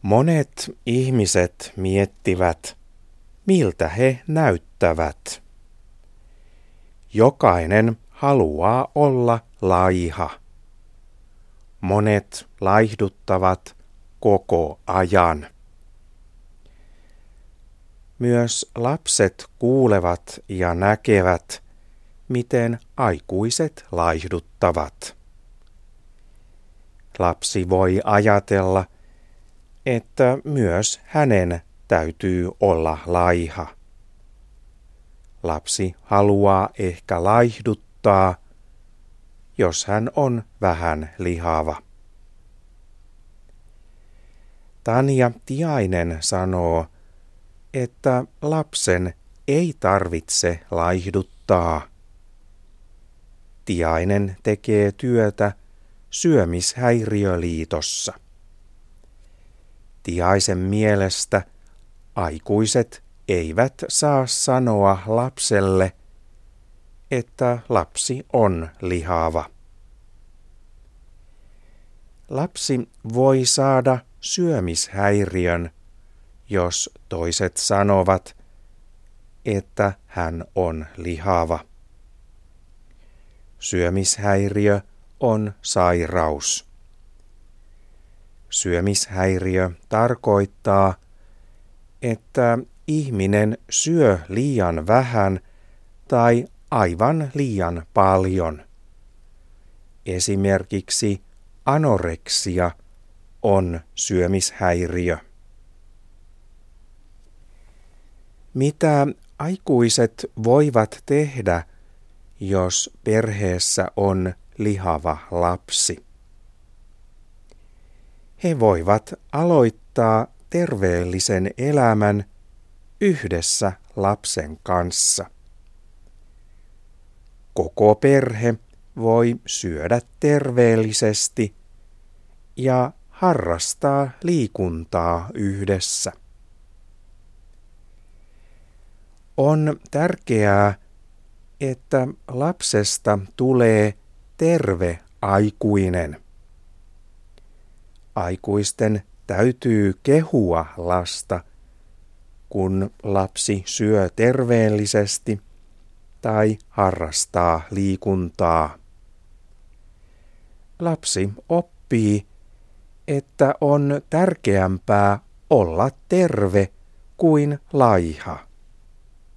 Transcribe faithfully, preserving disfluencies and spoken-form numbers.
Monet ihmiset miettivät, miltä he näyttävät. Jokainen haluaa olla laiha. Monet laihduttavat koko ajan. Myös lapset kuulevat ja näkevät, miten aikuiset laihduttavat. Lapsi voi ajatella, että myös hänen täytyy olla laiha. Lapsi haluaa ehkä laihduttaa, jos hän on vähän lihava. Tanja Tiainen sanoo, että lapsen ei tarvitse laihduttaa. Tiainen tekee työtä Syömishäiriöliitossa. Tiaisen mielestä aikuiset eivät saa sanoa lapselle, että lapsi on lihava. Lapsi voi saada syömishäiriön, jos toiset sanovat, että hän on lihava. Syömishäiriö on sairaus. Syömishäiriö tarkoittaa, että ihminen syö liian vähän tai aivan liian paljon. Esimerkiksi anoreksia on syömishäiriö. Mitä aikuiset voivat tehdä, jos perheessä on lihava lapsi? He voivat aloittaa terveellisen elämän yhdessä lapsen kanssa. Koko perhe voi syödä terveellisesti ja harrastaa liikuntaa yhdessä. On tärkeää, että lapsesta tulee terve aikuinen. Aikuisten täytyy kehua lasta, kun lapsi syö terveellisesti tai harrastaa liikuntaa. Lapsi oppii, että on tärkeämpää olla terve kuin laiha.